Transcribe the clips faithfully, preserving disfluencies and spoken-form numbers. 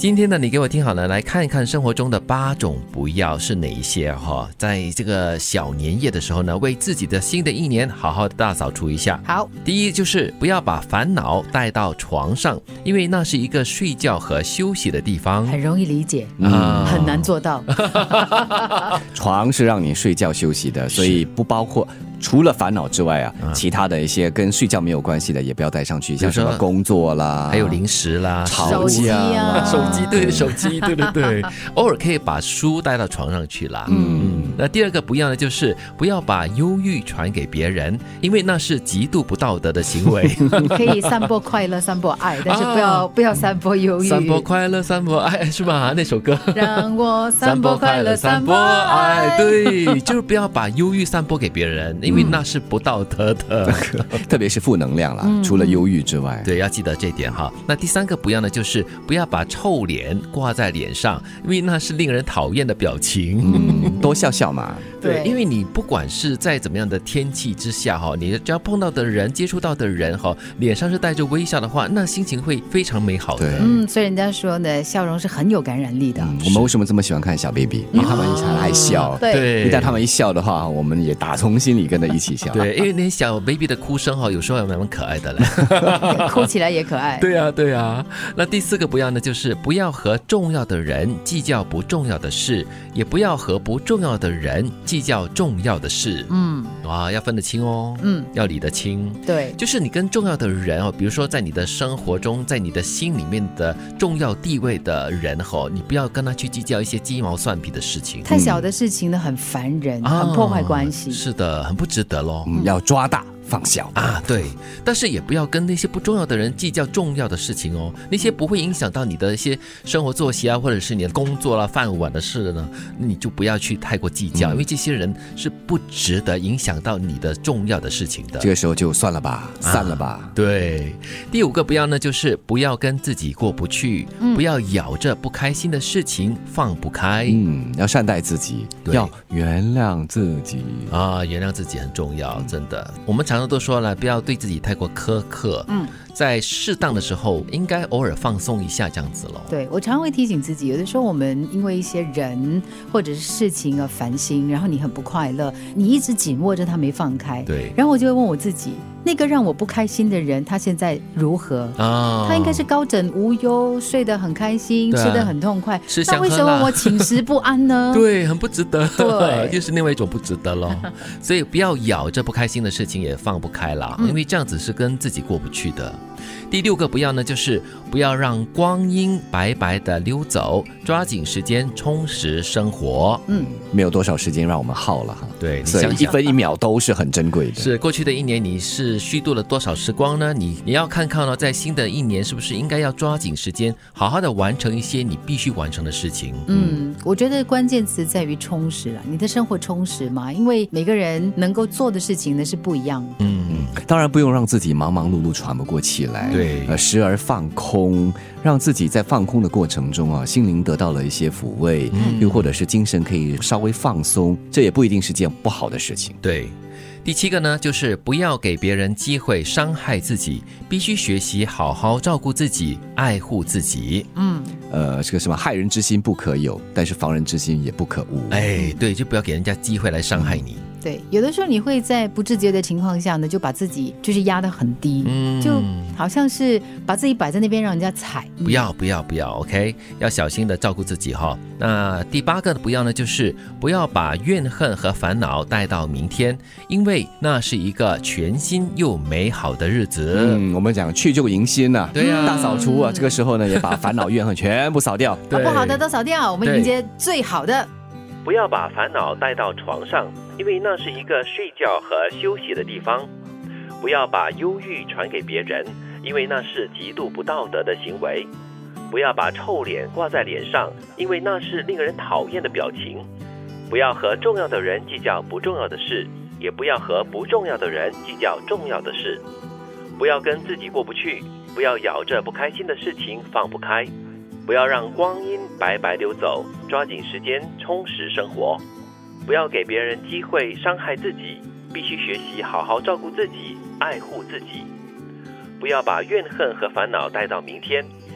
今天呢，你给我听好了，来看一看生活中的八种不要是哪一些哈？在这个小年夜的时候呢，为自己的新的一年好好的大扫除一下。 好， 第一就是不要把烦恼带到床上，因为那是一个睡觉和休息的地方。 很容易理解， 啊很难做到。 床是让你睡觉休息的，所以不包括除了烦恼之外啊，其他的一些跟睡觉没有关系的也不要带上去，像什么工作啦， 还有零食啦、 吵手机架啊手机对手机，对对对，偶尔可以把书带到床上去啦。 嗯， 那第二个不要呢，就是不要把忧郁传给别人，因为那是极度不道德的行为。 可以散播快乐，散播爱，但是不要、 啊、 不要散播忧郁。 散播快乐，散播爱，是吧？那首歌。 让我散播快乐，散播爱。 对，就是不要把忧郁散播给别人，因为那是不道德的， 嗯、特别是负能量啦、嗯。除了忧郁之外， 对，要记得这一点哈。那第三个不要呢，就是不要把臭脸挂在脸上，因为那是令人讨厌的表情。 嗯，多笑笑嘛。 对，因为你不管是在怎么样的天气之下哈，你只要碰到的人、接触到的人哈，脸上是带着微笑的话，那心情会非常美好的。 嗯，所以人家说呢，笑容是很有感染力的。 嗯、我们为什么这么喜欢看小 baby？ 因为他们很爱笑。 对， 一旦他们一笑的话，我们也打从心里跟着一起笑。 对，因为那些小 baby 的哭声哈，有时候还蛮可爱的嘞， 哭起来也可爱。 对啊，对啊。那第四个不要呢，就是不要和重要的人计较不重要的事，也不要和不重要的人计较重要的事。 嗯， 哇，要分得清哦。嗯，要理得清。 对， 就是你跟重要的人哦，比如说在你的生活中，在你的心里面的重要地位的人哦，你不要跟他去计较一些鸡毛蒜皮的事情。 太小的事情呢，很烦人，嗯、很破坏关系。 是的，很不值得咯。 嗯，要抓大放小啊，对，但是也不要跟那些不重要的人计较重要的事情哦。那些不会影响到你的一些生活作息啊，或者是你的工作啦、饭碗的事呢，你就不要去太过计较，嗯、因为这些人是不值得影响到你的重要的事情的。 这个时候就算了吧，散了吧。 啊、对，第五个不要呢，就是不要跟自己过不去，嗯、不要咬着不开心的事情放不开。 嗯，要善待自己，要原谅自己啊，原谅自己很重要，真的。我们常常都说了，不要对自己太过苛刻。嗯，在适当的时候，应该偶尔放松一下，这样子咯。 对，我常常会提醒自己，有的时候我们因为一些人或者是事情而烦心，然后你很不快乐，你一直紧握着他没放开。 对， 然后我就会问我自己，那个让我不开心的人，他现在如何？啊，他应该是高枕无忧，睡得很开心，吃得很痛快。那为什么我寝食不安呢？ 对，很不值得。 对， 就是另外一种不值得咯。所以不要咬着不开心的事情也放不开啦，因为这样子是跟自己过不去的。第六个不要呢，就是不要让光阴白白的溜走，抓紧时间充实生活。 嗯，没有多少时间让我们耗了哈。 对， 所以一分一秒都是很珍贵的。 是过去的一年你是虚度了多少时光呢？你你要看看呢，在新的一年是不是应该要抓紧时间，好好的完成一些你必须完成的事情。 嗯，我觉得关键词在于充实啊，你的生活充实嘛，因为每个人能够做的事情呢是不一样的。 嗯，当然不用让自己忙忙碌碌喘不过气来。 对， 呃，时而放空，让自己在放空的过程中啊，心灵得到了一些抚慰，嗯、又或者是精神可以稍微放松，这也不一定是件不好的事情。 对。第七个呢，就是不要给别人机会伤害自己，必须学习好好照顾自己，爱护自己。 嗯， 呃，这个什么害人之心不可有，但是防人之心也不可无。 哎，对，就不要给人家机会来伤害你。 嗯，对，有的时候你会在不自觉的情况下呢，就把自己就是压得很低，嗯，就好像是把自己摆在那边让人家踩。 不要不要不要 ，OK， 要小心的照顾自己哈。那第八个的不要呢，就是不要把怨恨和烦恼带到明天，因为那是一个全新又美好的日子。 嗯，我们讲去旧迎新啊， 对啊， 大扫除啊，这个时候呢，也把烦恼怨恨全部扫掉， 把不好的都扫掉，我们迎接最好的。 不要把烦恼带到床上，因为那是一个睡觉和休息的地方。不要把忧郁传给别人，因为那是极度不道德的行为。不要把臭脸挂在脸上，因为那是令人讨厌的表情。不要和重要的人计较不重要的事，也不要和不重要的人计较重要的事。不要跟自己过不去，不要咬着不开心的事情放不开。不要让光阴白白溜走，抓紧时间充实生活。不要给别人机会伤害自己，必须学习好好照顾自己，爱护自己。不要把怨恨和烦恼带到明天，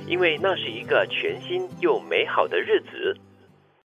因为那是一个全新又美好的日子。